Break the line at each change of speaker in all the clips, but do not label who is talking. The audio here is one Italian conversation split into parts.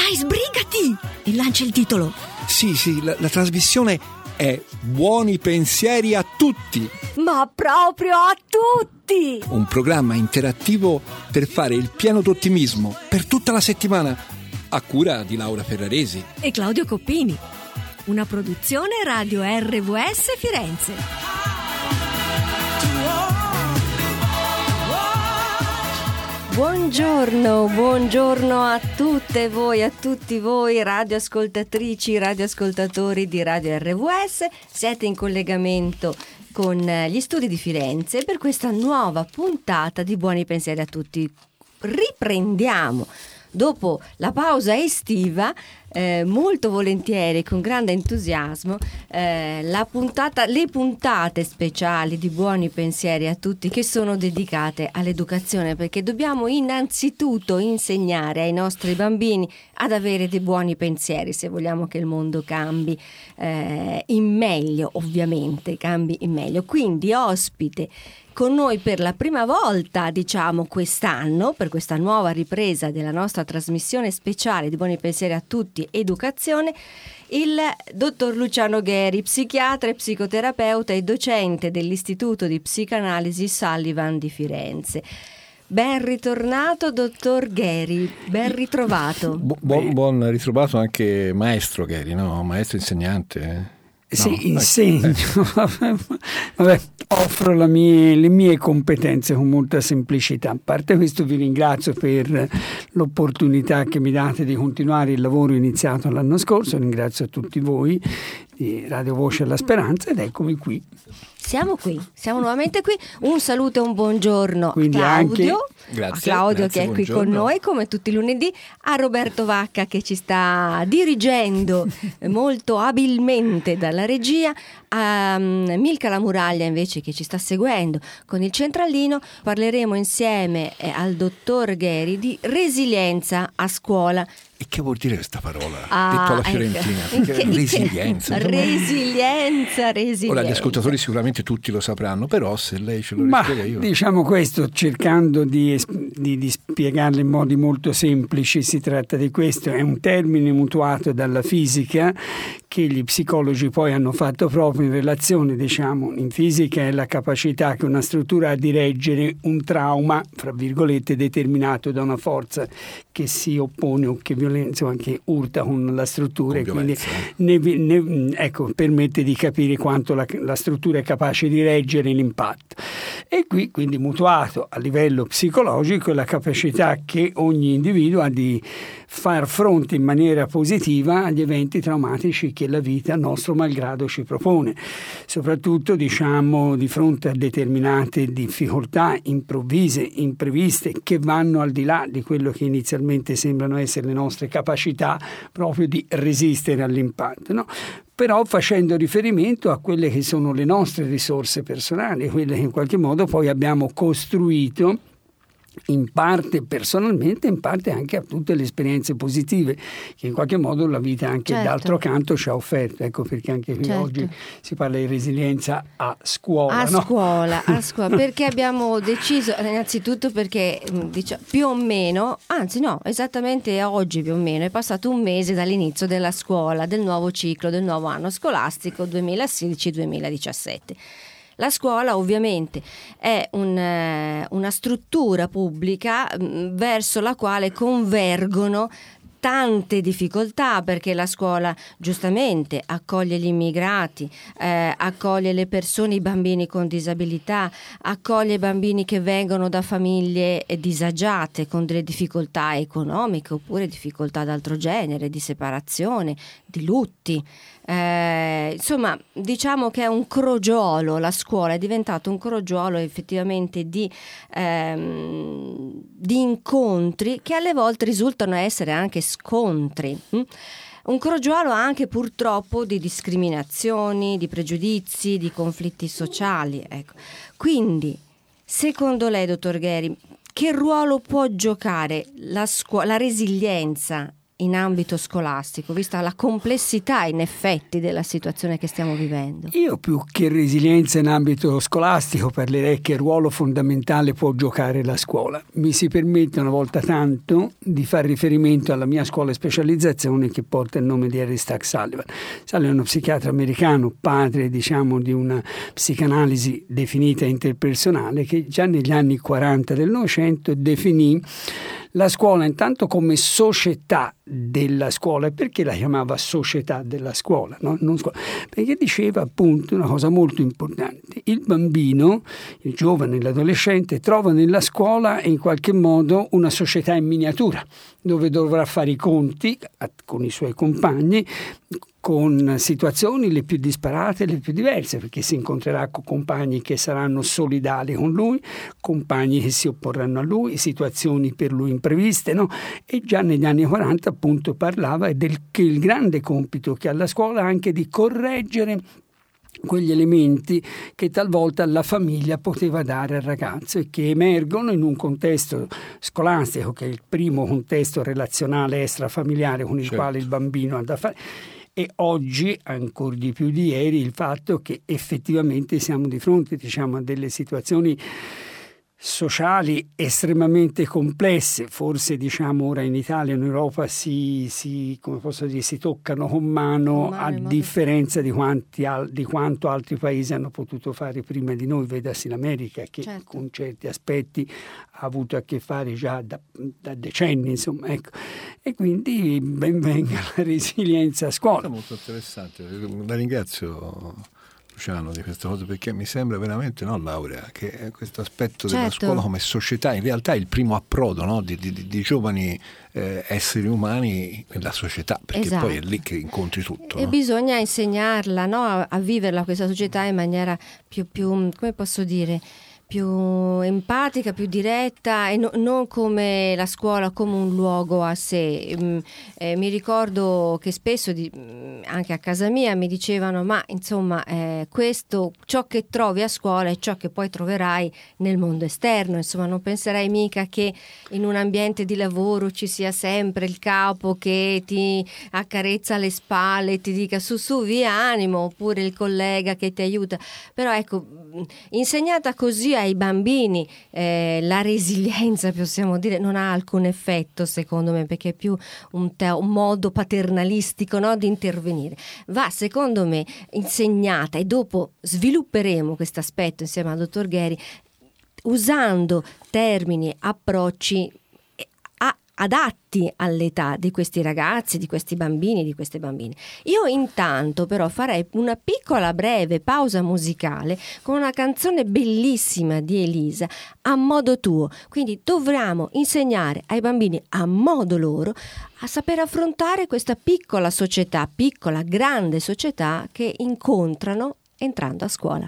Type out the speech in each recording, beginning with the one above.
Dai, sbrigati! E lancia il titolo.
Sì, la trasmissione è Buoni pensieri a tutti.
Ma proprio a tutti!
Un programma interattivo per fare il pieno d'ottimismo per tutta la settimana, a cura di Laura Ferraresi
e Claudio Coppini. Una produzione Radio RVS Firenze. Buongiorno a tutte voi, a tutti voi radioascoltatrici, radioascoltatori di Radio RVS. Siete in collegamento con gli studi di Firenze per questa nuova puntata di Buoni pensieri a tutti. Riprendiamo dopo la pausa estiva molto volentieri, con grande entusiasmo, le puntate speciali di Buoni pensieri a tutti, che sono dedicate all'educazione, perché dobbiamo innanzitutto insegnare ai nostri bambini ad avere dei buoni pensieri se vogliamo che il mondo cambi in meglio, ovviamente cambi in meglio. Quindi ospite con noi per la prima volta, diciamo, quest'anno, per questa nuova ripresa della nostra trasmissione speciale di Buoni pensieri a tutti, educazione, il dottor Luciano Gheri, psichiatra e psicoterapeuta e docente dell'Istituto di Psicanalisi Sullivan di Firenze. Ben ritornato, dottor Gheri, ben ritrovato.
Buon ritrovato anche maestro Gheri, no? Maestro insegnante.
Sì, insegno. Vabbè, offro le mie competenze con molta semplicità. A parte questo, vi ringrazio per l'opportunità che mi date di continuare il lavoro iniziato l'anno scorso. Ringrazio a tutti voi di Radio Voce alla Speranza ed eccomi qui.
Siamo nuovamente qui. Un saluto e un buongiorno
quindi
a Claudio.
Grazie,
Che è qui con noi come tutti i lunedì, a Roberto Vacca che ci sta dirigendo molto abilmente dalla regia, a Milka La Muraglia invece che ci sta seguendo con il centralino. Parleremo insieme al dottor Gheri di resilienza a scuola.
E che vuol dire questa parola? Detto alla fiorentina. Resilienza.
Resilienza.
Ora gli ascoltatori sicuramente tutti lo sapranno, però se lei ce lo rispiega io.
Diciamo questo, cercando di spiegarlo in modi molto semplici, si tratta di questo. È un termine mutuato dalla fisica che gli psicologi poi hanno fatto proprio in relazione, diciamo, in fisica è la capacità che una struttura ha di reggere un trauma, fra virgolette, determinato da una forza che si oppone o che che urta con la struttura,
con
e quindi permette di capire quanto la struttura è capace di reggere l'impatto. E qui quindi mutuato a livello psicologico la capacità che ogni individuo ha di far fronte in maniera positiva agli eventi traumatici che la vita, nostro malgrado, ci propone, soprattutto diciamo di fronte a determinate difficoltà improvvise, impreviste, che vanno al di là di quello che inizialmente sembrano essere le nostre capacità proprio di resistere all'impatto, no? Però facendo riferimento a quelle che sono le nostre risorse personali, quelle che in qualche modo poi abbiamo costruito in parte personalmente, in parte anche a tutte le esperienze positive che in qualche modo la vita anche d'altro canto ci ha offerto. Ecco perché anche qui oggi si parla di resilienza a scuola. A scuola,
perché abbiamo deciso, innanzitutto perché più o meno, anzi no, esattamente oggi più o meno è passato un mese dall'inizio della scuola, del nuovo ciclo, del nuovo anno scolastico 2016-2017. La scuola ovviamente è una struttura pubblica verso la quale convergono tante difficoltà, perché la scuola giustamente accoglie gli immigrati, accoglie le persone, i bambini con disabilità, accoglie i bambini che vengono da famiglie disagiate con delle difficoltà economiche oppure difficoltà d'altro genere, di separazione, di lutti. Insomma, diciamo che è un crogiolo, la scuola è diventato un crogiolo effettivamente di incontri che alle volte risultano essere anche scontri. Un crogiolo anche purtroppo di discriminazioni, di pregiudizi, di conflitti sociali. Ecco. Quindi, secondo lei, dottor Gheri, che ruolo può giocare la resilienza in ambito scolastico, vista la complessità in effetti della situazione che stiamo vivendo?
Io più che resilienza in ambito scolastico parlerei che ruolo fondamentale può giocare la scuola. Mi si permette una volta tanto di fare riferimento alla mia scuola di specializzazione che porta il nome di Harry Stack Sullivan. Sullivan è uno psichiatra americano, padre diciamo di una psicanalisi definita interpersonale, che già negli anni 40 del Novecento definì la scuola intanto come società della scuola. E perché la chiamava società della scuola? No? Non scuola? Perché diceva appunto una cosa molto importante: il bambino, il giovane, l'adolescente trova nella scuola in qualche modo una società in miniatura, dove dovrà fare i conti con i suoi compagni, con situazioni le più disparate, le più diverse, perché si incontrerà con compagni che saranno solidali con lui, compagni che si opporranno a lui, situazioni per lui impreviste, no? E già negli anni 40 appunto parlava che il grande compito che ha la scuola è anche di correggere quegli elementi che talvolta la famiglia poteva dare al ragazzo e che emergono in un contesto scolastico, che è il primo contesto relazionale extrafamiliare con il quale il bambino ha da fare. E oggi, ancora di più di ieri, il fatto che effettivamente siamo di fronte, diciamo, a delle situazioni sociali estremamente complesse. Forse diciamo ora in Italia, in Europa come posso dire, si toccano con mano a differenza di quanto altri paesi hanno potuto fare prima di noi. Vedasi l'America che con certi aspetti ha avuto a che fare già da decenni, insomma, ecco. E quindi ben venga la resilienza a scuola.
È molto interessante, la ringrazio Luciano di questa cosa, perché mi sembra veramente, no, Laurea, che questo aspetto della scuola come società in realtà è il primo approdo, no, di giovani esseri umani nella società, perché poi è lì che incontri tutto.
E
no?
Bisogna insegnarla, no, a viverla questa società in maniera più come posso dire, più empatica, più diretta, e non come la scuola come un luogo a sé. Mi ricordo che spesso anche a casa mia mi dicevano: ma insomma ciò che trovi a scuola è ciò che poi troverai nel mondo esterno, insomma non penserai mica che in un ambiente di lavoro ci sia sempre il capo che ti accarezza le spalle e ti dica su via animo, oppure il collega che ti aiuta. Però ecco, insegnata così ai bambini la resilienza, possiamo dire, non ha alcun effetto secondo me, perché è più un modo paternalistico, no, di intervenire. Va secondo me insegnata, e dopo svilupperemo questo aspetto insieme al dottor Gheri, usando termini, approcci adatti all'età di questi ragazzi, di questi bambini, di queste bambine. Io intanto però farei una piccola breve pausa musicale con una canzone bellissima di Elisa, A modo tuo. Quindi dovremo insegnare ai bambini a modo loro a saper affrontare questa piccola società, piccola grande società che incontrano entrando a scuola.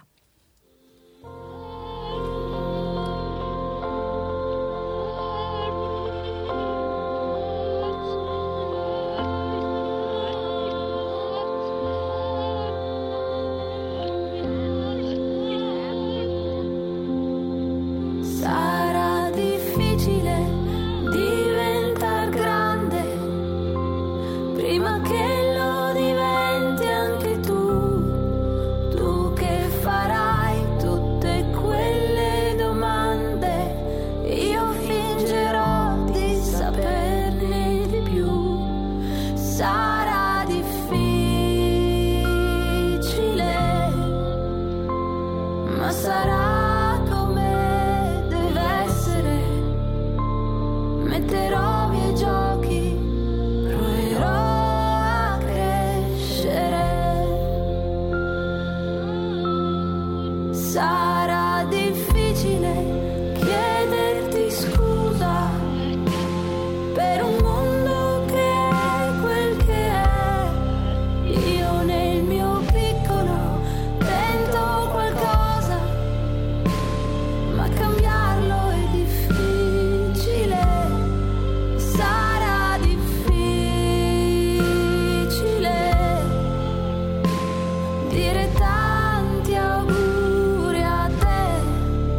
Dire tanti auguri a te.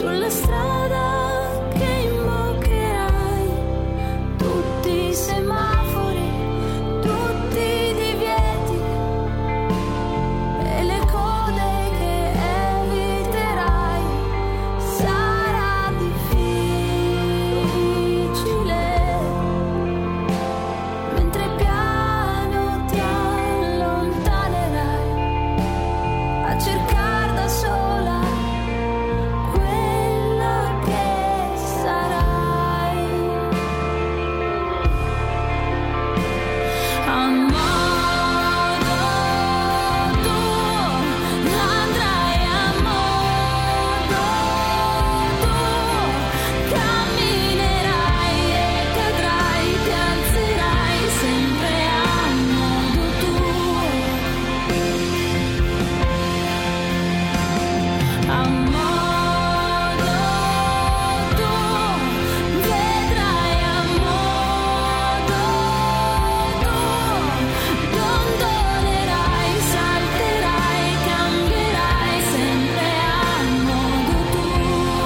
sulla strada che imboccherai, tutti i semafori, tutti i divieti e le code che eviterai. Sarà difficile, mentre piano ti allontanerai a cercare da sola quello che sarai. A modo tuo andrai, a modo tuo camminerai e cadrai, ti alzerai sempre a modo tuo. A modo tuo vedrai, a modo tuo dondolerai, salterai, cambierai sempre a modo tuo.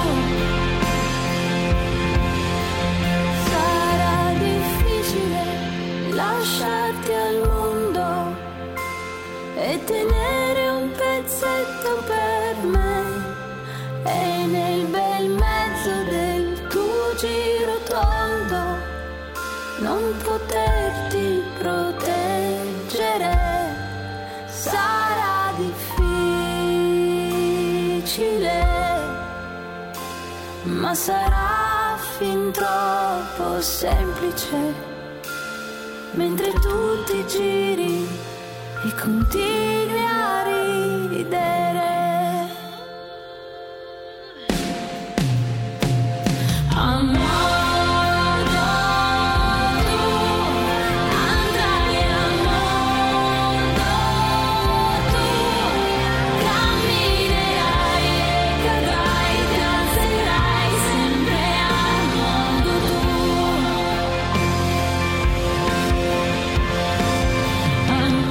Sarà difficile lasciarti al mondo e tenere un pezzetto per me, e nel bel mezzo del tuo giro tondo non poterti proteggere. Sarà difficile, ma sarà fin troppo semplice, mentre tu ti giri e continui a ridere. A modo tuo andrai, a modo tuo camminerai e cadrai, ti alzerai sempre a modo tuo. A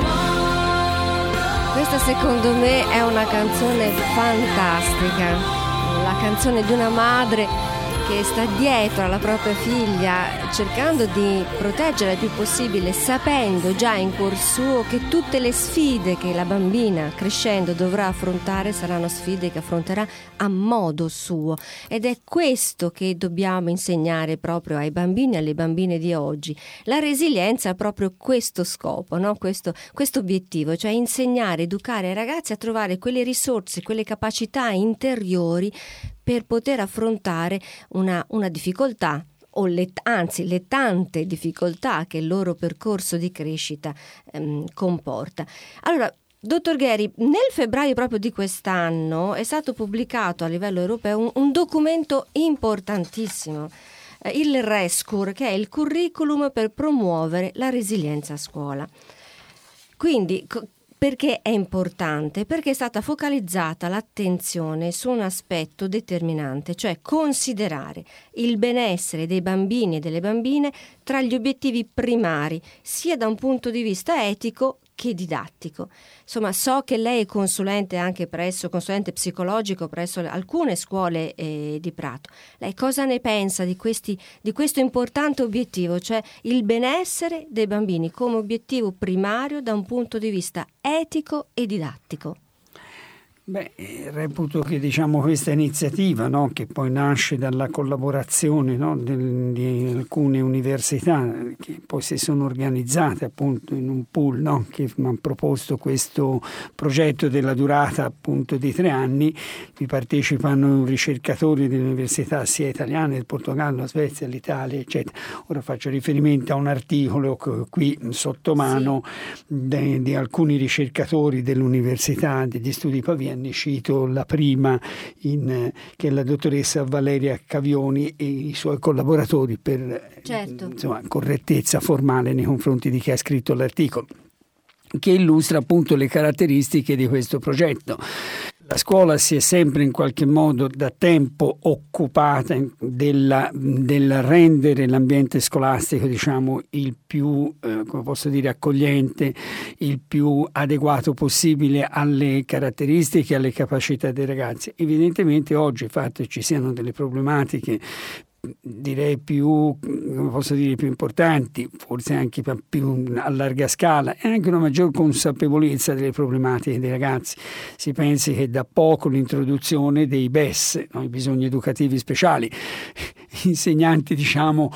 modo.
Questa secondo me è una canzone fantastica, la canzone di una madre che sta dietro alla propria figlia, cercando di proteggerla il più possibile, sapendo già in cuor suo che tutte le sfide che la bambina crescendo dovrà affrontare saranno sfide che affronterà a modo suo. Ed è questo che dobbiamo insegnare proprio ai bambini e alle bambine di oggi. La resilienza ha proprio questo scopo, no? Questo obiettivo, cioè insegnare, educare ai ragazzi a trovare quelle risorse, quelle capacità interiori per poter affrontare una difficoltà o le tante difficoltà che il loro percorso di crescita comporta. Allora, dottor Gheri, nel febbraio proprio di quest'anno è stato pubblicato a livello europeo un documento importantissimo, il RESCUR, che è il curriculum per promuovere la resilienza a scuola. Quindi perché è importante? Perché è stata focalizzata l'attenzione su un aspetto determinante, cioè considerare il benessere dei bambini e delle bambine tra gli obiettivi primari, sia da un punto di vista etico che didattico. Insomma, so che lei è consulente psicologico presso alcune scuole di Prato. Lei cosa ne pensa di questo importante obiettivo, cioè il benessere dei bambini come obiettivo primario da un punto di vista etico e didattico?
Reputo che questa iniziativa, no, che poi nasce dalla collaborazione, no, di alcune università che poi si sono organizzate appunto in un pool, no, che mi hanno proposto questo progetto della durata appunto di 3 anni. Vi partecipano ricercatori delle università sia italiane, del Portogallo, la Svezia, l'Italia, eccetera. Ora faccio riferimento a un articolo qui sotto mano di alcuni ricercatori dell'università degli studi Pavia. Ne cito la prima, che è la dottoressa Valeria Cavioni e i suoi collaboratori per correttezza formale nei confronti di chi ha scritto l'articolo, che illustra appunto le caratteristiche di questo progetto. La scuola si è sempre in qualche modo da tempo occupata del rendere l'ambiente scolastico, diciamo, il più, come posso dire, accogliente, il più adeguato possibile alle caratteristiche e alle capacità dei ragazzi. Evidentemente oggi, il fatto che ci siano delle problematiche, direi più, come posso dire, più importanti, forse anche più a larga scala, e anche una maggior consapevolezza delle problematiche dei ragazzi. Si pensi che da poco l'introduzione dei BES, no? I bisogni educativi speciali, insegnanti, diciamo,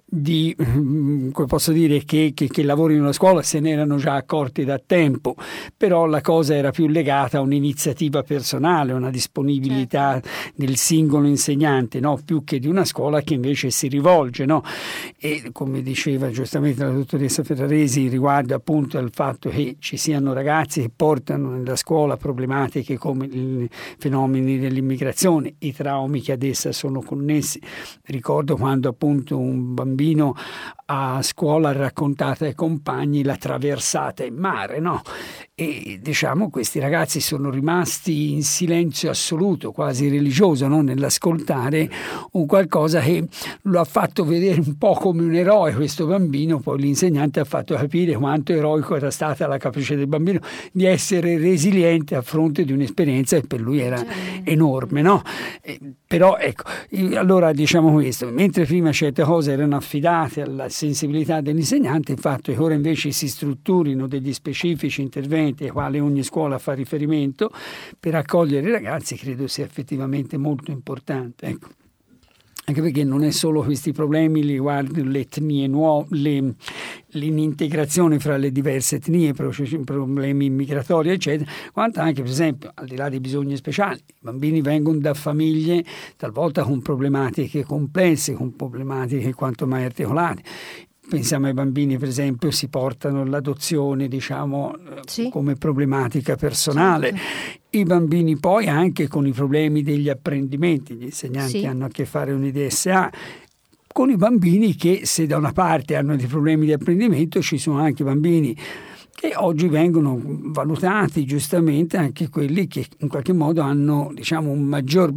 come posso dire, che lavorino nella scuola se ne erano già accorti da tempo, però la cosa era più legata a un'iniziativa personale, una disponibilità del singolo insegnante, no? Più che di una scuola che invece si rivolge, no? E come diceva giustamente la dottoressa Ferraresi riguardo appunto al fatto che ci siano ragazzi che portano nella scuola problematiche come i fenomeni dell'immigrazione, i traumi che ad essa sono connessi. Ricordo quando appunto un bambino a scuola raccontata ai compagni la traversata in mare, no? E diciamo questi ragazzi sono rimasti in silenzio assoluto, quasi religioso, no? Nell'ascoltare un qualcosa che lo ha fatto vedere un po' come un eroe questo bambino. Poi l'insegnante ha fatto capire quanto eroico era stata la capacità del bambino di essere resiliente a fronte di un'esperienza che per lui era enorme, no? Però ecco, allora diciamo questo, mentre prima certe cose erano affidate alla sensibilità dell'insegnante, il fatto che ora invece si strutturino degli specifici interventi ai quali ogni scuola fa riferimento per accogliere i ragazzi, credo sia effettivamente molto importante, ecco. Anche perché non è solo questi problemi riguardano le etnie nuove, l'integrazione fra le diverse etnie, problemi migratori eccetera, quanto anche per esempio al di là dei bisogni speciali, i bambini vengono da famiglie talvolta con problematiche complesse, con problematiche quanto mai articolate. Pensiamo ai bambini, per esempio, si portano l'adozione, diciamo, come problematica personale. I bambini poi anche con i problemi degli apprendimenti, gli insegnanti hanno a che fare con i DSA, con i bambini che se da una parte hanno dei problemi di apprendimento, ci sono anche bambini che oggi vengono valutati giustamente anche quelli che in qualche modo hanno, diciamo, un maggior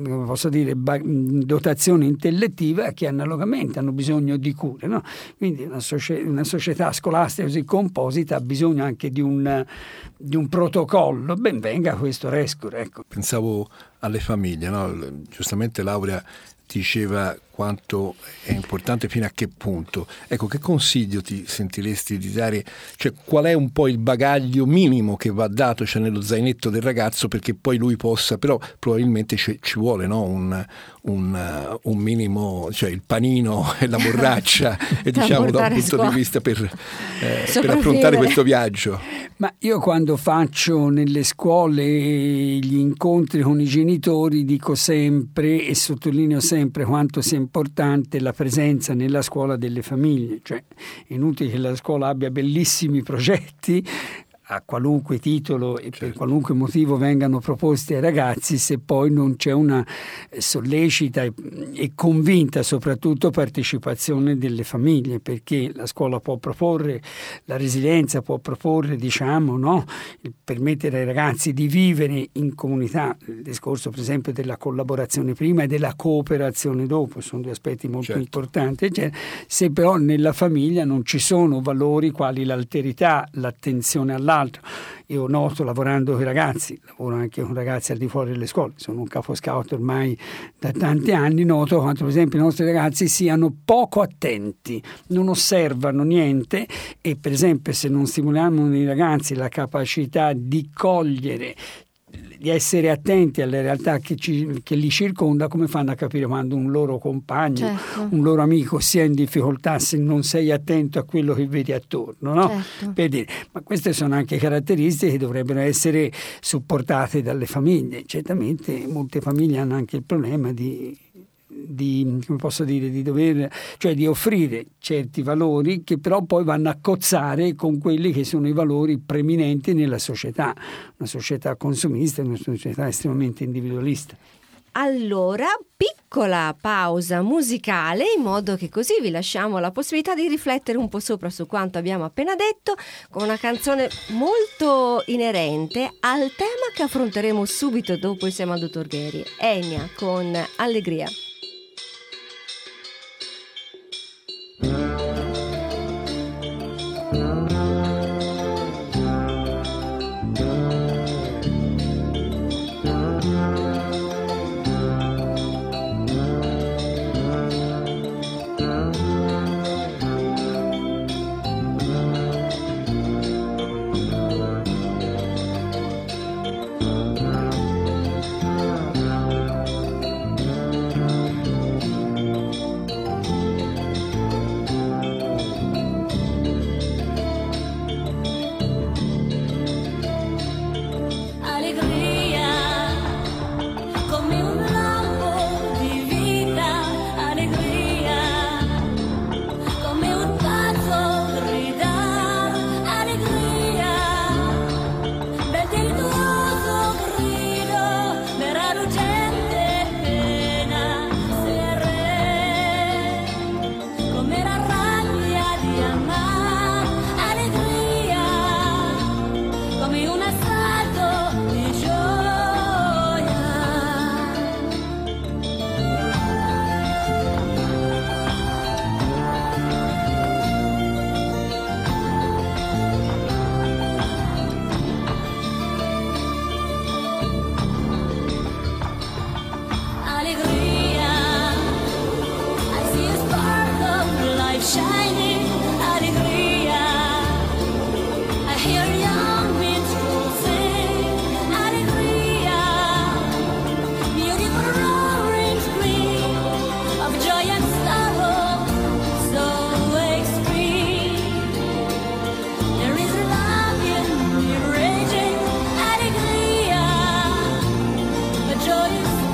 dotazione intellettiva, che analogamente hanno bisogno di cure, no? Quindi una società scolastica così composita ha bisogno anche di un protocollo. Ben venga questo RESCUR, ecco.
Pensavo alle famiglie, no? Giustamente Laura diceva quanto è importante, fino a che punto. Ecco, che consiglio ti sentiresti di dare? Cioè, qual è un po' il bagaglio minimo che va dato, cioè, nello zainetto del ragazzo, perché poi lui possa, però probabilmente ci vuole, no? un minimo, cioè il panino e la borraccia e diciamo da un punto di vista per affrontare questo viaggio.
Ma io quando faccio nelle scuole gli incontri con i genitori dico sempre e sottolineo sempre quanto sia importante la presenza nella scuola delle famiglie. Cioè, è inutile che la scuola abbia bellissimi progetti a qualunque titolo e per qualunque motivo vengano proposti ai ragazzi, se poi non c'è una sollecita e convinta soprattutto partecipazione delle famiglie, perché la scuola può proporre la resilienza, può proporre, diciamo, no, permettere ai ragazzi di vivere in comunità. Il discorso per esempio della collaborazione prima e della cooperazione dopo sono due aspetti molto importanti, se però nella famiglia non ci sono valori quali l'alterità, l'attenzione all'altro. Io noto, lavorando con i ragazzi, lavoro anche con ragazzi al di fuori delle scuole, sono un capo scout ormai da tanti anni, noto quanto per esempio i nostri ragazzi siano poco attenti, non osservano niente, e per esempio se non stimoliamo nei ragazzi la capacità di cogliere, di essere attenti alle realtà che li circonda, come fanno a capire quando un loro compagno, un loro amico sia in difficoltà se non sei attento a quello che vedi attorno, no? Per dire, ma queste sono anche caratteristiche che dovrebbero essere supportate dalle famiglie. Certamente molte famiglie hanno anche il problema di come posso dire, di dover, cioè di offrire certi valori che però poi vanno a cozzare con quelli che sono i valori preminenti nella società, una società consumista, una società estremamente individualista.
Allora, piccola pausa musicale, in modo che così vi lasciamo la possibilità di riflettere un po' sopra su quanto abbiamo appena detto, con una canzone molto inerente al tema che affronteremo subito dopo insieme al dottor Gheri. Enya con Allegria.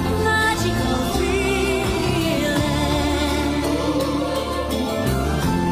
Magical feeling.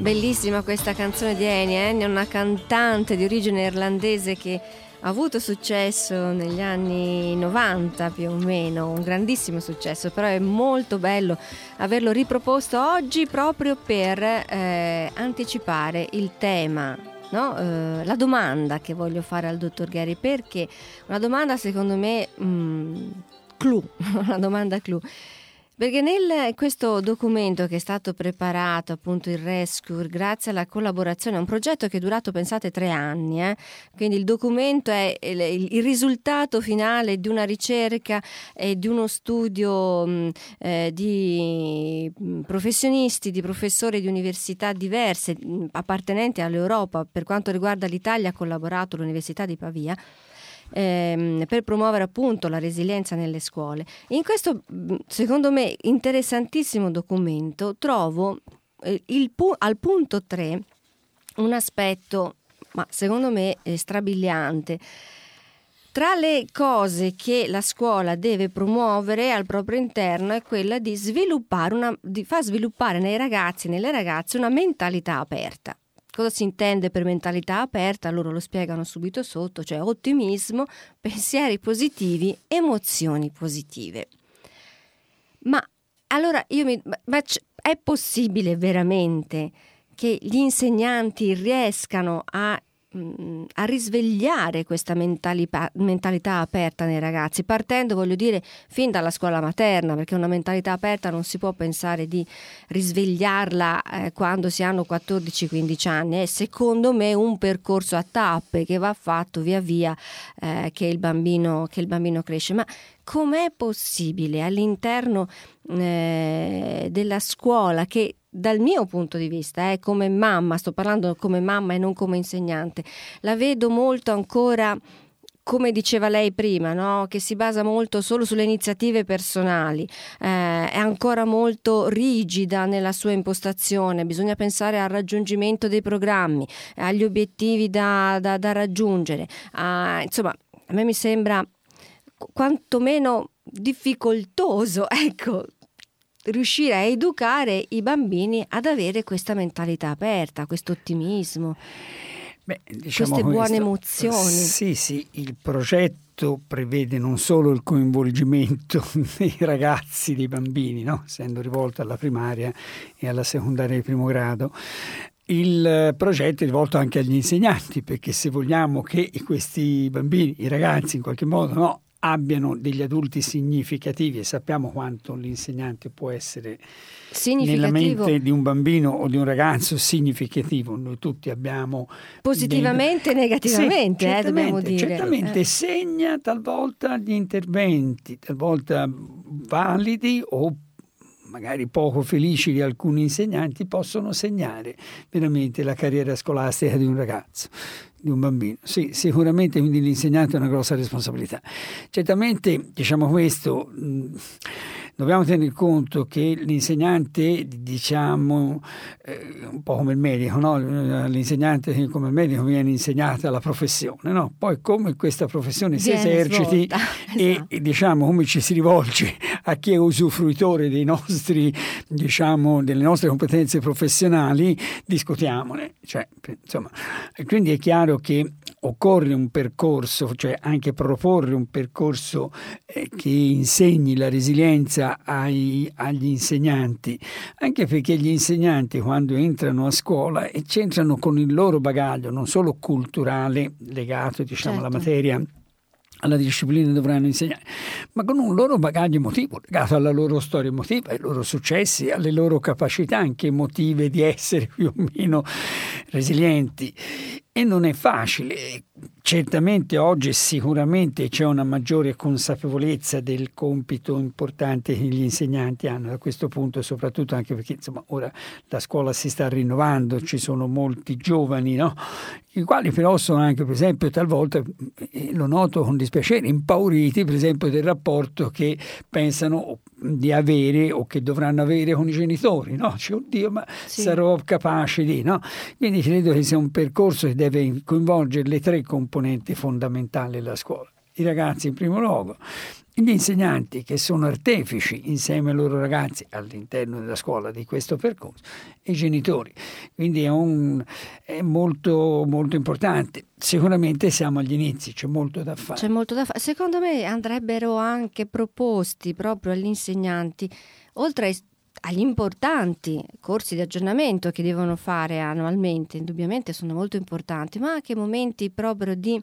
Bellissima questa canzone di Enya, una cantante di origine irlandese che ha avuto successo negli anni 90 più o meno, un grandissimo successo, però è molto bello averlo riproposto oggi proprio per anticipare il tema, no? La domanda che voglio fare al dottor Gheri, perché una domanda secondo me clou, una domanda clou. Perché questo documento che è stato preparato, appunto il Rescue, grazie alla collaborazione, è un progetto che è durato, pensate, 3 anni, quindi il documento è il risultato finale di una ricerca e di uno studio di professionisti, di professori di università diverse, appartenenti all'Europa. Per quanto riguarda l'Italia ha collaborato l'Università di Pavia, per promuovere appunto la resilienza nelle scuole. In questo, secondo me, interessantissimo documento trovo al punto 3 un aspetto, ma secondo me strabiliante. Tra le cose che la scuola deve promuovere al proprio interno è quella di far sviluppare nei ragazzi e nelle ragazze una mentalità aperta. Cosa si intende per mentalità aperta? Loro lo spiegano subito sotto, cioè ottimismo, pensieri positivi, emozioni positive. Ma allora è possibile veramente che gli insegnanti riescano a risvegliare questa mentalità aperta nei ragazzi, partendo, voglio dire, fin dalla scuola materna, perché una mentalità aperta non si può pensare di risvegliarla quando si hanno 14-15 anni. È secondo me un percorso a tappe che va fatto via via che il bambino cresce. Ma com'è possibile all'interno della scuola, che dal mio punto di vista, come mamma, sto parlando come mamma e non come insegnante, la vedo molto ancora, come diceva lei prima, no? Che si basa molto solo sulle iniziative personali, è ancora molto rigida nella sua impostazione, bisogna pensare al raggiungimento dei programmi, agli obiettivi da raggiungere, insomma, a me mi sembra quantomeno difficoltoso, ecco, riuscire a educare i bambini ad avere questa mentalità aperta, questo ottimismo, queste buone emozioni.
Sì, il progetto prevede non solo il coinvolgimento dei ragazzi, dei bambini, no? Essendo rivolto alla primaria e alla secondaria di primo grado. Il progetto è rivolto anche agli insegnanti, perché se vogliamo che questi bambini, i ragazzi in qualche modo, no, abbiano degli adulti significativi, e sappiamo quanto l'insegnante può essere nella mente di un bambino o di un ragazzo significativo. Noi tutti abbiamo
positivamente e negativamente,
sì,
dobbiamo dire.
Certamente segna talvolta gli interventi, talvolta validi o magari poco felici di alcuni insegnanti, possono segnare veramente la carriera scolastica di un ragazzo, di un bambino. Sì, sicuramente, quindi l'insegnante ha una grossa responsabilità. Certamente, diciamo questo, dobbiamo tenere conto che l'insegnante, diciamo, un po' come il medico, no? L'insegnante come il medico viene insegnata la professione, no? Poi come questa professione si eserciti e diciamo come ci si rivolge a chi è usufruitore dei nostri, diciamo, delle nostre competenze professionali, discutiamone. Cioè, insomma, quindi è chiaro che occorre un percorso, cioè anche proporre un percorso che insegni la resilienza agli insegnanti, anche perché gli insegnanti quando entrano a scuola c'entrano con il loro bagaglio non solo culturale legato, diciamo, alla materia, alla disciplina dovranno insegnare, ma con un loro bagaglio emotivo legato alla loro storia emotiva, ai loro successi, alle loro capacità anche emotive di essere più o meno resilienti. E non è facile. Certamente oggi sicuramente c'è una maggiore consapevolezza del compito importante che gli insegnanti hanno da questo punto, soprattutto anche perché insomma ora la scuola si sta rinnovando, ci sono molti giovani, no? I quali però sono anche, per esempio, talvolta, lo noto con dispiacere, impauriti per esempio del rapporto che pensano di avere o che dovranno avere con i genitori, no? Cioè, oddio, ma sì, sarò capace di, no? Quindi credo che sia un percorso che deve coinvolgere le 3 componenti fondamentali della scuola: i ragazzi in primo luogo, gli insegnanti che sono artefici insieme ai loro ragazzi all'interno della scuola di questo percorso e i genitori. Quindi è molto, molto importante. Sicuramente siamo agli inizi, c'è molto da fare.
C'è molto da fare. Secondo me andrebbero anche proposti proprio agli insegnanti, oltre agli importanti corsi di aggiornamento che devono fare annualmente, indubbiamente sono molto importanti, ma anche momenti proprio di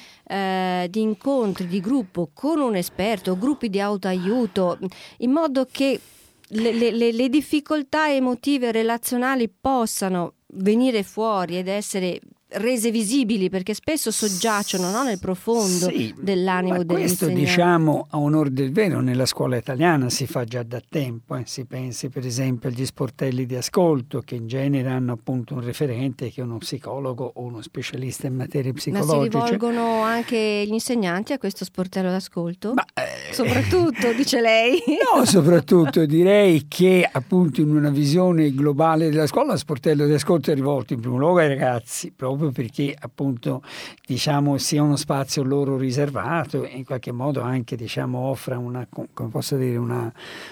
incontri di gruppo con un esperto, gruppi di autoaiuto, in modo che le difficoltà emotive e relazionali possano venire fuori ed essere rese visibili, perché spesso soggiacciono, no, nel profondo dell'animo
dell'insegnante. Questo, diciamo, a onor del vero, nella scuola italiana si fa già da tempo. Si pensi per esempio agli sportelli di ascolto, che in genere hanno appunto un referente che è uno psicologo o uno specialista in materie psicologiche.
Ma si rivolgono anche gli insegnanti a questo sportello d'ascolto? Soprattutto, dice lei?
No, soprattutto direi che appunto in una visione globale della scuola lo sportello di ascolto è rivolto in primo luogo ai ragazzi, proprio perché appunto diciamo sia uno spazio loro riservato e in qualche modo anche diciamo offra una, come posso dire, una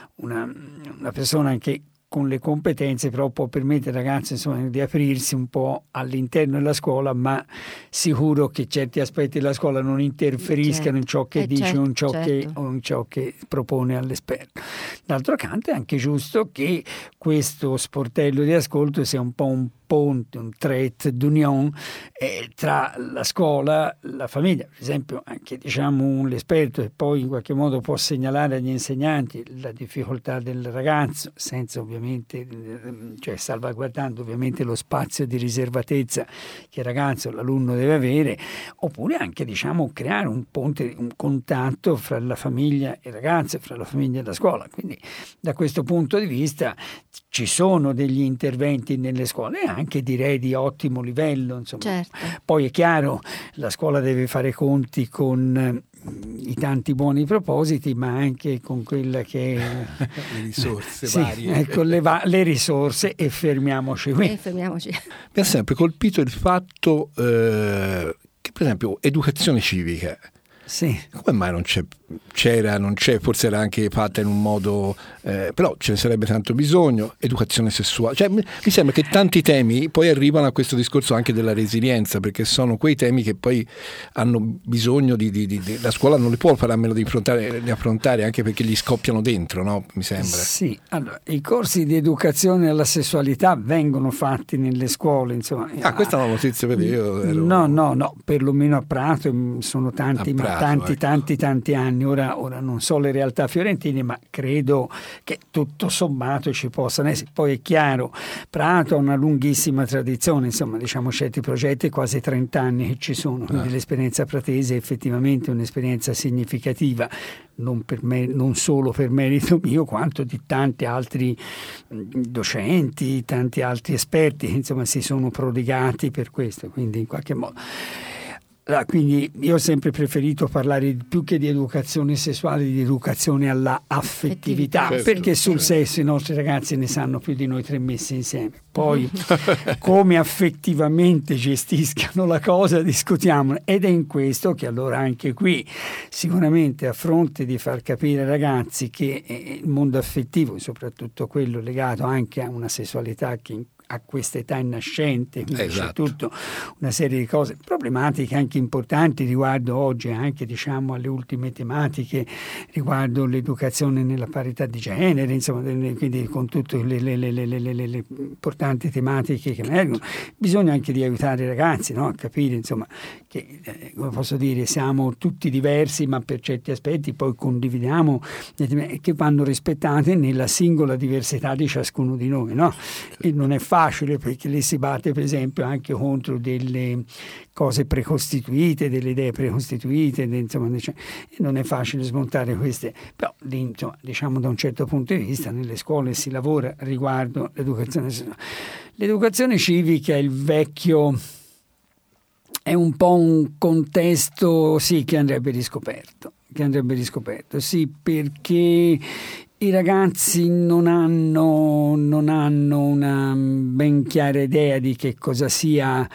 persona anche con le competenze, però può permettere ai ragazzi insomma di aprirsi un po' all'interno della scuola, ma sicuro che certi aspetti della scuola non interferiscano in ciò che dice o in ciò che propone all'esperto. D'altro canto è anche giusto che questo sportello di ascolto sia un po' un ponte, un trait d'union tra la scuola, la famiglia. Per esempio anche diciamo l'esperto e poi in qualche modo può segnalare agli insegnanti la difficoltà del ragazzo, senza ovviamente, cioè salvaguardando ovviamente lo spazio di riservatezza che il ragazzo, l'alunno deve avere, oppure anche diciamo creare un ponte, un contatto fra la famiglia e il ragazzo, fra la famiglia e la scuola. Quindi da questo punto di vista ci sono degli interventi nelle scuole anche direi di ottimo livello, insomma.
Certo.
Poi è chiaro, la scuola deve fare conti con i tanti buoni propositi, ma anche con quella che
le risorse
sì,
varie.
Ecco, le risorse e fermiamoci qui.
Fermiamoci.
Mi ha sempre colpito il fatto che per esempio educazione civica.
Sì.
Come mai non c'è, forse era anche fatta in un modo, però ce ne sarebbe tanto bisogno, educazione sessuale, cioè mi sembra che tanti temi poi arrivano a questo discorso anche della resilienza, perché sono quei temi che poi hanno bisogno di la scuola non li può fare a meno di affrontare, anche perché gli scoppiano dentro, no? Mi sembra.
Sì, allora, i corsi di educazione alla sessualità vengono fatti nelle scuole, insomma.
Questa è una notizia per io.
No, perlomeno a Prato sono tanti, tanti anni. Ora non so le realtà fiorentine, ma credo che tutto sommato ci possano essere. Poi è chiaro, Prato ha una lunghissima tradizione, insomma, diciamo certi progetti quasi 30 anni che ci sono, quindi l'esperienza pratese è effettivamente un'esperienza significativa, non solo per merito mio, quanto di tanti altri docenti, tanti altri esperti che insomma si sono prodigati per questo, quindi in qualche modo. Quindi io ho sempre preferito parlare più che di educazione sessuale, di educazione alla affettività, perché sul sesso i nostri ragazzi ne sanno più di noi 3 messi insieme. Poi come affettivamente gestiscano la cosa discutiamo, ed è in questo che allora anche qui sicuramente a fronte di far capire ai ragazzi che il mondo affettivo, soprattutto quello legato anche a una sessualità che a questa età nascente, quindi c'è tutta una serie di cose problematiche anche importanti riguardo oggi anche diciamo alle ultime tematiche riguardo l'educazione nella parità di genere, insomma, quindi con tutte le importanti tematiche che emergono. Bisogna anche di aiutare i ragazzi, no? A capire insomma che come posso dire siamo tutti diversi, ma per certi aspetti poi condividiamo che vanno rispettate nella singola diversità di ciascuno di noi, no? E non è facile perché lì si batte per esempio anche contro delle cose precostituite, delle idee precostituite, insomma, non è facile smontare queste, però insomma, diciamo da un certo punto di vista nelle scuole si lavora riguardo l'educazione. L'educazione civica è un po' un contesto sì che andrebbe riscoperto, sì, perché i ragazzi non hanno una ben chiara idea di che cosa sia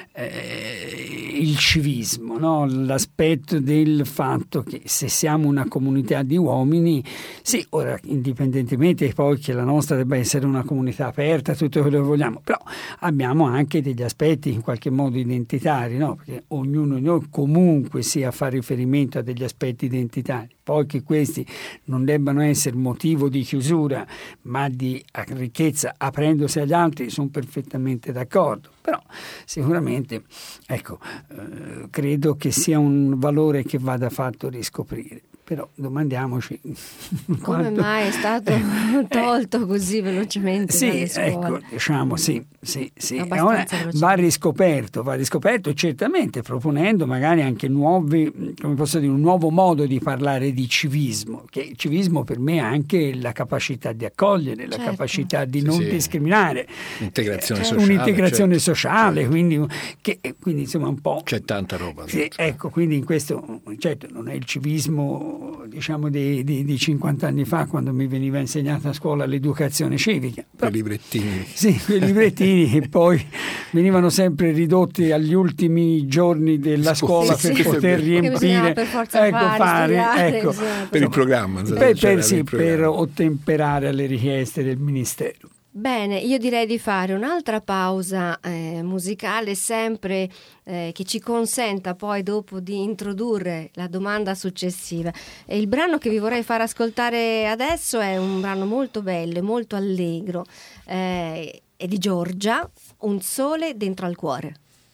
il civismo, no? L'aspetto del fatto che se siamo una comunità di uomini, sì, ora indipendentemente poi che la nostra debba essere una comunità aperta, tutto quello che vogliamo, però abbiamo anche degli aspetti in qualche modo identitari, no? Perché ognuno di noi comunque sia fa riferimento a degli aspetti identitari. Poi che questi non debbano essere motivo di chiusura ma di ricchezza aprendosi agli altri, sono perfettamente d'accordo, però sicuramente credo che sia un valore che vada fatto riscoprire. Però domandiamoci
come mai è stato tolto così velocemente dalle scuole.
Diciamo sì. Va riscoperto certamente, proponendo magari anche nuovi, come posso dire, un nuovo modo di parlare di civismo, che il civismo per me è anche la capacità di accogliere, la capacità di non discriminare, un'integrazione sociale, quindi insomma un po'.
C'è tanta roba.
Quindi in questo, certo, non è il civismo diciamo di 50 anni fa, quando mi veniva insegnata a scuola l'educazione civica.
Quei librettini.
Sì, quei librettini che poi venivano sempre ridotti agli ultimi giorni della scuola per poter riempire,
per forza studiare,
per il programma.
Per ottemperare alle richieste del Ministero.
Bene, io direi di fare un'altra pausa musicale, sempre che ci consenta poi dopo di introdurre la domanda successiva. E il brano che vi vorrei far ascoltare adesso è un brano molto bello e molto allegro, è di Giorgia, Un sole dentro al cuore.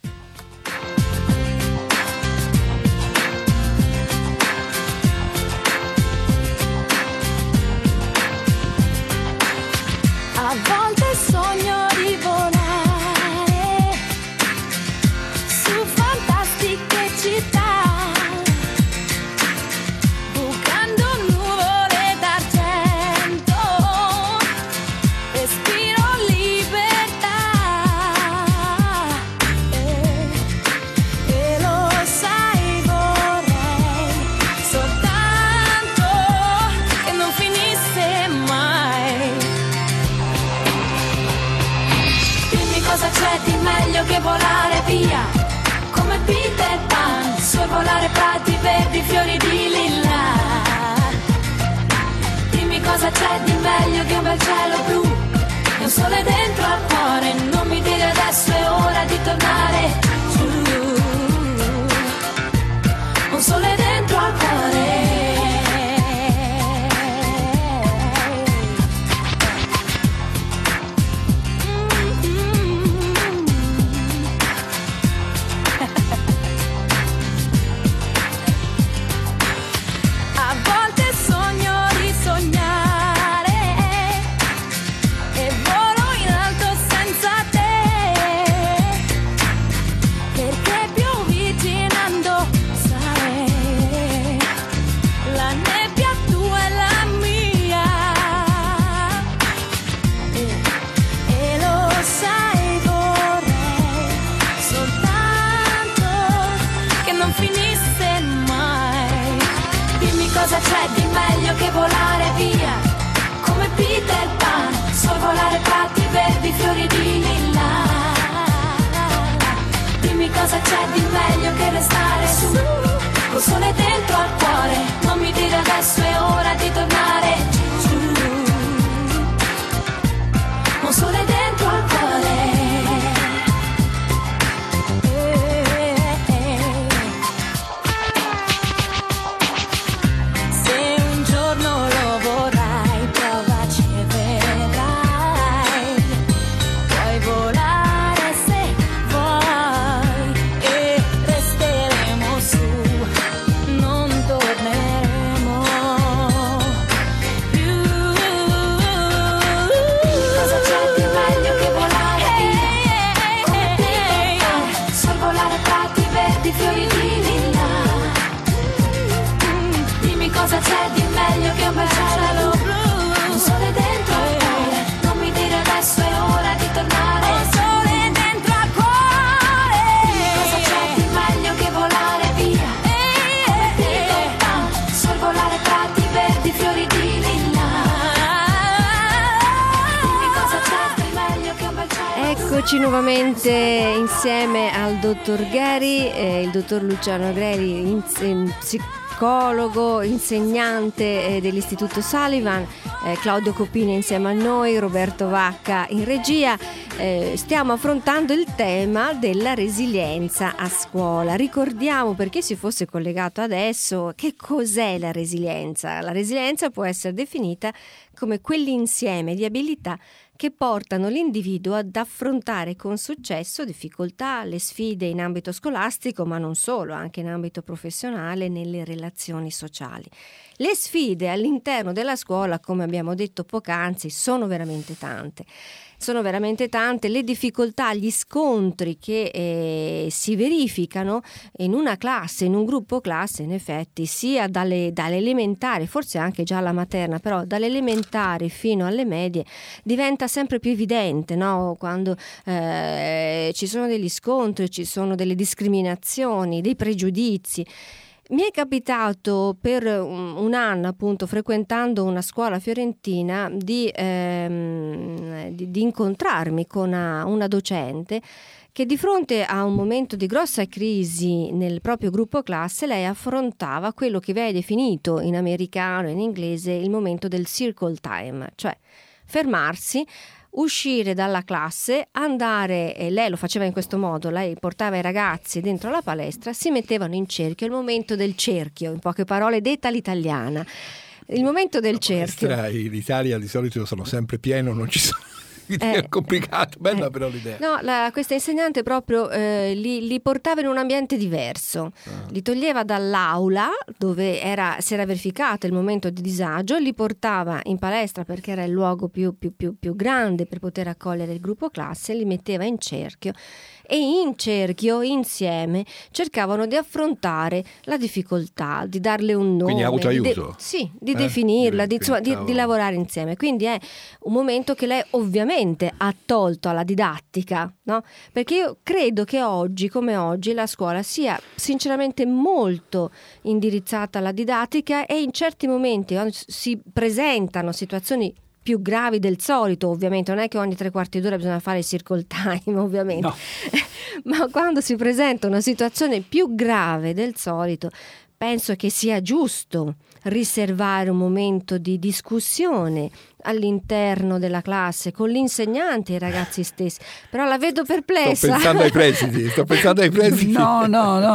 A volte sogno di volare su fantastiche città, bucando nuvole d'argento, respiro libertà, e lo sai vorrei soltanto che non finisse mai. Cosa c'è di meglio che volare via, come Peter Pan, sorvolare prati verdi, fiori di lilla. Dimmi cosa c'è di meglio che un bel cielo blu e un sole dentro al cuore. Non mi dire adesso è ora di tornare giù. Un sole dentro al cuore. Cosa c'è di meglio che volare via, come Peter Pan, sorvolare prati verdi, fiori di lilla. Dimmi cosa c'è di meglio che restare su, col sole dentro al cuore. Non mi dire adesso è ora di tornare giù. Un sole dentro al cuore. Non torneremo
Eccoci nuovamente insieme al dottor Gheri, il dottor Luciano Gheri, psicologo, insegnante dell'Istituto Sullivan, Claudio Copini insieme a noi, Roberto Vacca in regia. Stiamo affrontando il tema della resilienza a scuola. Ricordiamo, per chi si fosse collegato adesso, che cos'è la resilienza. La resilienza può essere definita come quell'insieme di abilità che portano l'individuo ad affrontare con successo difficoltà, le sfide in ambito scolastico, ma non solo, anche in ambito professionale, nelle relazioni sociali. Le sfide all'interno della scuola, come abbiamo detto poc'anzi, sono veramente tante. Sono veramente tante le difficoltà, gli scontri che si verificano in una classe, in un gruppo classe, in effetti, sia dalle elementari, forse anche già alla materna, però dalle elementari fino alle medie diventa sempre più evidente, no? Quando ci sono degli scontri, ci sono delle discriminazioni, dei pregiudizi. Mi è capitato per un anno, appunto, frequentando una scuola fiorentina, di incontrarmi con una docente che di fronte a un momento di grossa crisi nel proprio gruppo classe, lei affrontava quello che viene definito in americano e in inglese il momento del circle time, cioè fermarsi, uscire dalla classe, andare, e lei lo faceva in questo modo, lei portava i ragazzi dentro la palestra, si mettevano in cerchio, il momento del cerchio, in poche parole detta l'italiana, il momento del cerchio.
In Italia di solito sono sempre pieno, non ci sono... È complicato, bella però l'idea.
No, questa insegnante proprio li portava in un ambiente diverso, li toglieva dall'aula dove si era verificato il momento di disagio, li portava in palestra perché era il luogo più grande per poter accogliere il gruppo classe, li metteva in cerchio e in cerchio, insieme, cercavano di affrontare la difficoltà, di darle un nome.
Quindi ha avuto aiuto?
Di definirla, di lavorare insieme. Quindi è un momento che lei ovviamente ha tolto alla didattica, no? Perché io credo che oggi, come oggi, la scuola sia sinceramente molto indirizzata alla didattica e in certi momenti quando si presentano situazioni più gravi del solito, ovviamente non è che ogni 3/4 d'ora bisogna fare il circle time, ovviamente, no. Ma quando si presenta una situazione più grave del solito, penso che sia giusto riservare un momento di discussione all'interno della classe con l'insegnante e i ragazzi stessi. Però la vedo perplessa.
Sto pensando ai presidi.
No.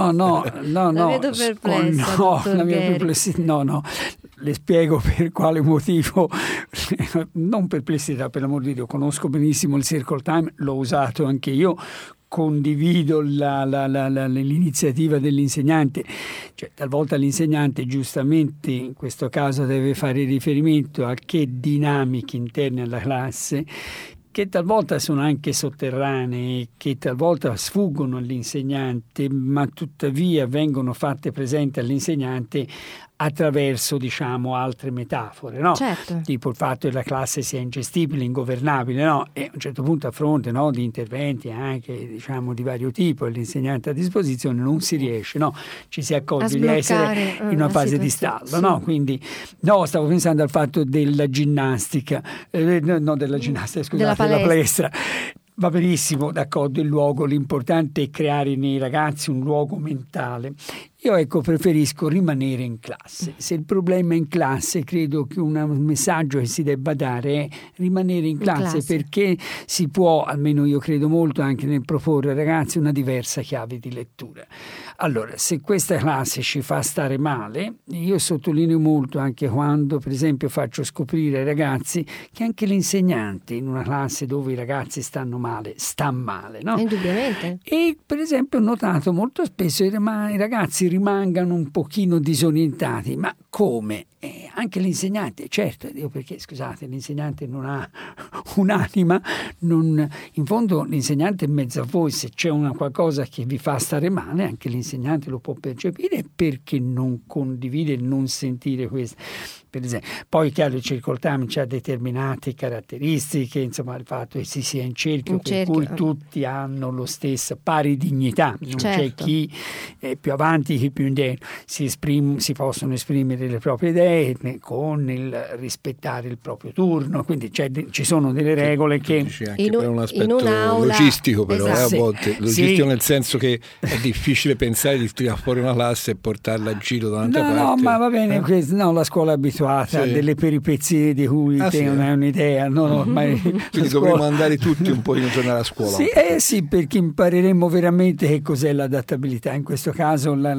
La vedo perplessa.
La mia perplessità, no. Le spiego per quale motivo. Non perplessità, per l'amor di Dio, conosco benissimo il circle time, l'ho usato anche io. Condivido l'iniziativa dell'insegnante, cioè talvolta l'insegnante giustamente in questo caso deve fare riferimento a che dinamiche interne alla classe che talvolta sono anche sotterranee, che talvolta sfuggono all'insegnante, ma tuttavia vengono fatte presenti all'insegnante attraverso, diciamo, altre metafore, no?
Certo.
Tipo il fatto che la classe sia ingestibile, ingovernabile, no? E a un certo punto a fronte, no, di interventi anche, diciamo, di vario tipo e l'insegnante a disposizione non si riesce, no? Ci si accorge di essere in una fase di stallo, sì. No? Quindi, no, stavo pensando al fatto della ginnastica, della palestra. Va benissimo, d'accordo, il luogo, l'importante è creare nei ragazzi un luogo mentale. Io preferisco rimanere in classe. Se il problema è in classe, credo che un messaggio che si debba dare è rimanere in classe, perché si può, almeno io credo molto anche nel proporre ai ragazzi una diversa chiave di lettura. Allora, se questa classe ci fa stare male, io sottolineo molto anche quando, per esempio, faccio scoprire ai ragazzi che anche l'insegnante in una classe dove i ragazzi stanno male, sta male, no?
Indubbiamente.
E, per esempio, ho notato molto spesso i ragazzi rimangano un pochino disorientati, ma come? Anche l'insegnante, certo, perché scusate, l'insegnante non ha un'anima, in fondo l'insegnante è in mezzo a voi, se c'è qualcosa che vi fa stare male, anche l'insegnante lo può percepire, perché non condivide e non sentire questo. per esempio. Poi chiaro, il circle time ha determinate caratteristiche, insomma il fatto che si sia in cerchio, per cui tutti hanno lo stesso pari dignità, non c'è chi è più avanti, chi più indietro, si possono esprimere le proprie idee con il rispettare il proprio turno, quindi ci sono delle regole che
anche per un aspetto logistico, però a volte logistico nel senso che è difficile pensare di tirare fuori una classe e portarla a giro da un'altra parte.
No, ma va bene, la scuola è abituata a delle peripezie di cui te non hai un'idea.
Quindi dovremmo andare tutti un po' a tornare a scuola.
Sì, perché impareremo veramente che cos'è l'adattabilità, in questo caso la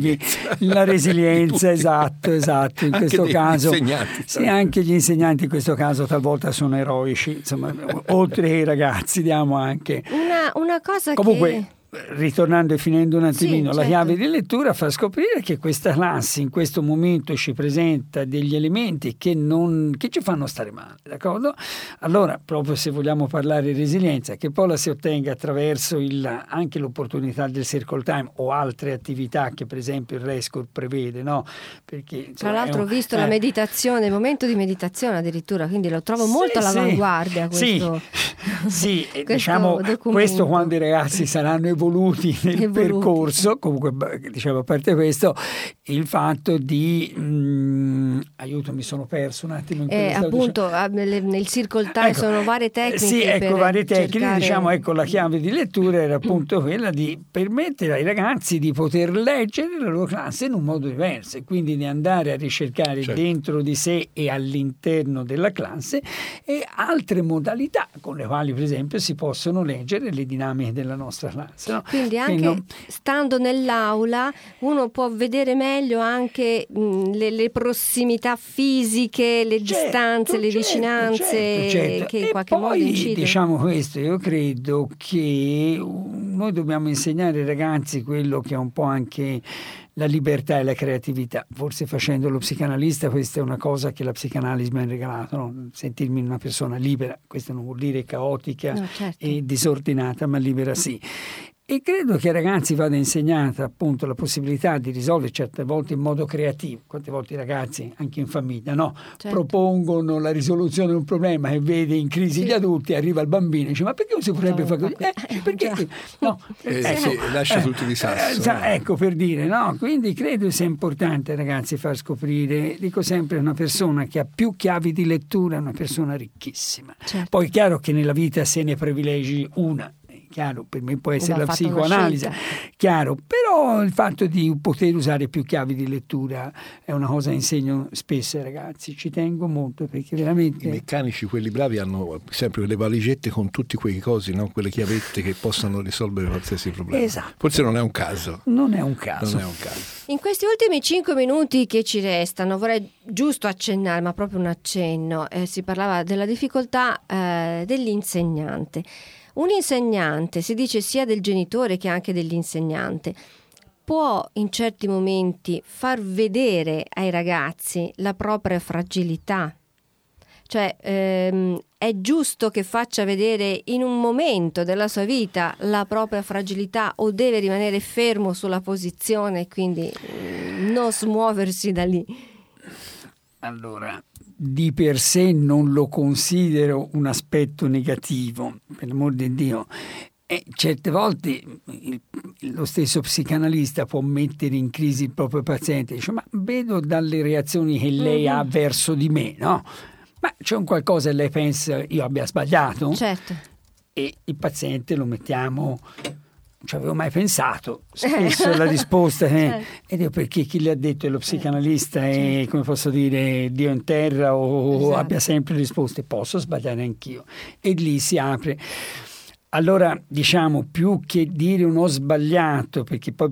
resilienza, esatto, in anche questo caso. Anche gli insegnanti in questo caso talvolta sono eroici, insomma, oltre che i ragazzi diamo anche
una cosa
comunque. Ritornando e finendo un attimino, la chiave di lettura fa scoprire che questa classe in questo momento ci presenta degli elementi che ci fanno stare male, d'accordo? Allora, proprio se vogliamo parlare di resilienza, che poi la si ottenga attraverso anche l'opportunità del circle time o altre attività che per esempio il RESCOR prevede, no? Perché,
tra l'altro ho visto la meditazione, il momento di meditazione addirittura, quindi lo trovo molto all'avanguardia questo, questo
diciamo
documento.
Questo quando i ragazzi saranno evoluti nel percorso, comunque diciamo, a parte questo, il fatto di aiuto, mi sono perso un attimo in
appunto nel circle time sono varie tecniche
varie tecniche
cercare...
diciamo, la chiave di lettura era appunto quella di permettere ai ragazzi di poter leggere la loro classe in un modo diverso e quindi di andare a ricercare dentro di sé e all'interno della classe e altre modalità con le quali per esempio si possono leggere le dinamiche della nostra classe, no?
Quindi anche stando nell'aula uno può vedere meglio anche le prossimità fisiche, le distanze, le vicinanze che in qualche modo incidono.
Diciamo questo, io credo che noi dobbiamo insegnare ai ragazzi quello che è un po' anche la libertà e la creatività. Forse facendo lo psicanalista questa è una cosa che la psicanalisi mi ha regalato, no? Sentirmi una persona libera, questo non vuol dire caotica e disordinata, ma libera sì. E credo che ai ragazzi vada insegnata appunto la possibilità di risolvere certe volte in modo creativo. Quante volte i ragazzi, anche in famiglia, propongono la risoluzione di un problema e vede in crisi gli adulti, arriva il bambino e dice ma perché non si potrebbe fare così? Perché? No.
Lascia tutto di sasso.
Ecco, per dire, no? Quindi credo sia importante ai ragazzi far scoprire, dico sempre, una persona che ha più chiavi di lettura è una persona ricchissima. Poi è chiaro che nella vita se ne privilegi una. Chiaro, per me può essere la psicoanalisi, chiaro, però il fatto di poter usare più chiavi di lettura è una cosa che insegno spesso ai ragazzi, ci tengo molto perché veramente...
I meccanici, quelli bravi, hanno sempre quelle valigette con tutti quei cosi, no? Quelle chiavette che possano risolvere qualsiasi problema.
Esatto.
Forse non è un caso.
Non è un caso.
In questi ultimi 5 minuti che ci restano vorrei giusto accennare, ma proprio un accenno, si parlava della difficoltà dell'insegnante. Un insegnante, si dice sia del genitore che anche dell'insegnante, può in certi momenti far vedere ai ragazzi la propria fragilità. Cioè è giusto che faccia vedere in un momento della sua vita la propria fragilità o deve rimanere fermo sulla posizione e quindi non smuoversi da lì?
Allora, di per sé non lo considero un aspetto negativo, per l'amor di Dio. E certe volte lo stesso psicanalista può mettere in crisi il proprio paziente, dice ma vedo dalle reazioni che lei ha verso di me, no? Ma c'è un qualcosa che lei pensa io abbia sbagliato?
Certo.
E il paziente lo mettiamo... non ci avevo mai pensato, spesso la risposta è ed io perché chi le ha detto è lo psicanalista e come posso dire Dio in terra o abbia sempre risposte, posso sbagliare anch'io e lì si apre. Allora diciamo più che dire un ho sbagliato, perché poi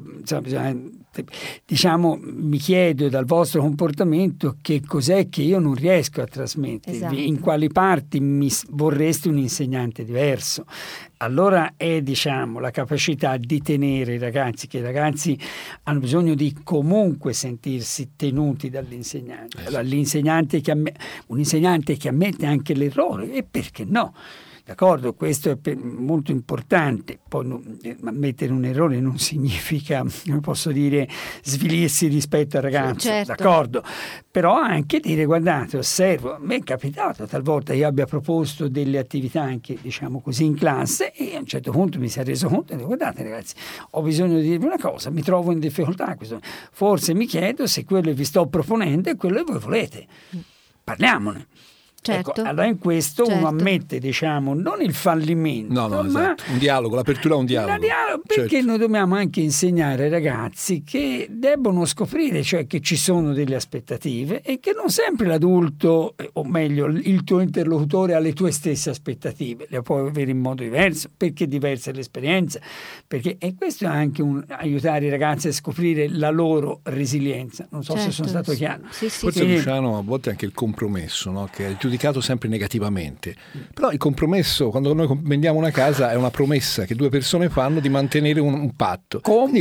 diciamo mi chiedo dal vostro comportamento che cos'è che io non riesco a trasmettervi, in quali parti vorreste un insegnante diverso. Allora è diciamo la capacità di tenere i ragazzi, che i ragazzi hanno bisogno di comunque sentirsi tenuti dall'insegnante. Allora, un insegnante che ammette anche l'errore, e perché no? D'accordo, questo è molto importante. Poi ammettere un errore non significa, come posso dire, svilirsi rispetto al ragazzo,
certo.
D'accordo? Però anche dire, guardate, osservo, a me è capitato talvolta io abbia proposto delle attività anche, diciamo così, in classe, e a un certo punto mi si è reso conto e dico, guardate ragazzi, ho bisogno di dirvi una cosa, mi trovo in difficoltà, forse mi chiedo se quello che vi sto proponendo è quello che voi volete, parliamone.
Certo.
Ecco, allora in questo uno ammette, diciamo, non il fallimento,
no,
ma
esatto. Un dialogo, l'apertura a un dialogo.
Perché
certo.
noi dobbiamo anche insegnare ai ragazzi che debbono scoprire, cioè che ci sono delle aspettative e che non sempre l'adulto, o meglio il tuo interlocutore, ha le tue stesse aspettative, le puoi avere in modo diverso, perché diversa è l'esperienza, e questo è anche aiutare i ragazzi a scoprire la loro resilienza. Non so se sono stato chiaro.
Sì,
forse Luciano, a volte anche il compromesso, no? Che è giudicato sempre negativamente, però il compromesso, quando noi vendiamo una casa, è una promessa che due persone fanno di mantenere un patto.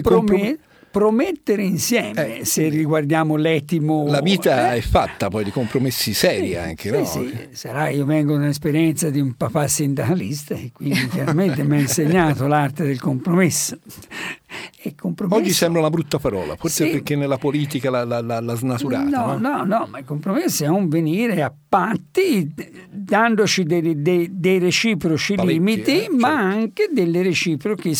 Promettere insieme, se riguardiamo l'etimo.
La vita è fatta poi di compromessi seri anche, no?
Sì. Io vengo da un'esperienza di un papà sindacalista e quindi chiaramente mi ha insegnato l'arte del compromesso. E
oggi sembra una brutta parola, forse perché nella politica l'ha snaturata.
No, ma il compromesso è un venire a patti dandoci dei reciproci limiti, ma anche delle reciproci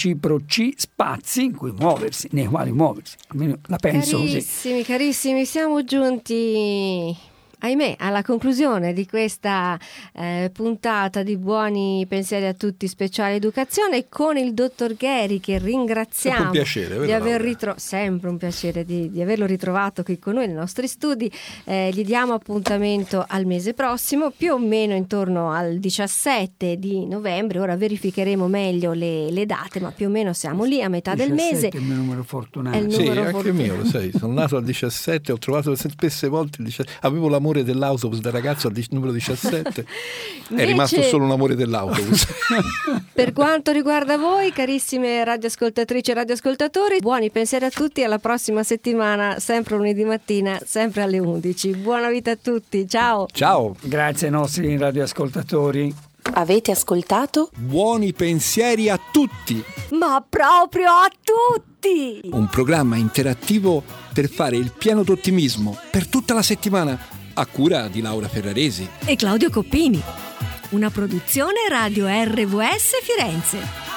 spazi in cui muoversi, nei quali muoversi. Almeno la penso così.
Carissimi, siamo giunti, ahimè, alla conclusione di questa puntata di Buoni Pensieri a Tutti speciale educazione con il dottor Gheri, che ringraziamo.
Un piacere,
di aver sempre un piacere di averlo ritrovato qui con noi nei nostri studi. Gli diamo appuntamento al mese prossimo, più o meno intorno al 17 di novembre. Ora verificheremo meglio le date, ma più o meno siamo lì a metà del mese.
È il mio numero fortunato.
Anche il mio, lo sai, sono nato al 17, ho trovato spesse volte il 17, avevo l'amore dell'autobus da ragazzo al numero 17. È rimasto solo un amore dell'autobus.
Per quanto riguarda voi, carissime radioascoltatrici e radioascoltatori, buoni pensieri a tutti, alla prossima settimana, sempre lunedì mattina, sempre alle 11. Buona vita a tutti, ciao.
Grazie ai nostri radioascoltatori.
Avete ascoltato?
Buoni pensieri a tutti!
Ma proprio a tutti!
Un programma interattivo per fare il pieno d'ottimismo per tutta la settimana, a cura di Laura Ferraresi
e Claudio Coppini. Una produzione Radio RVS Firenze.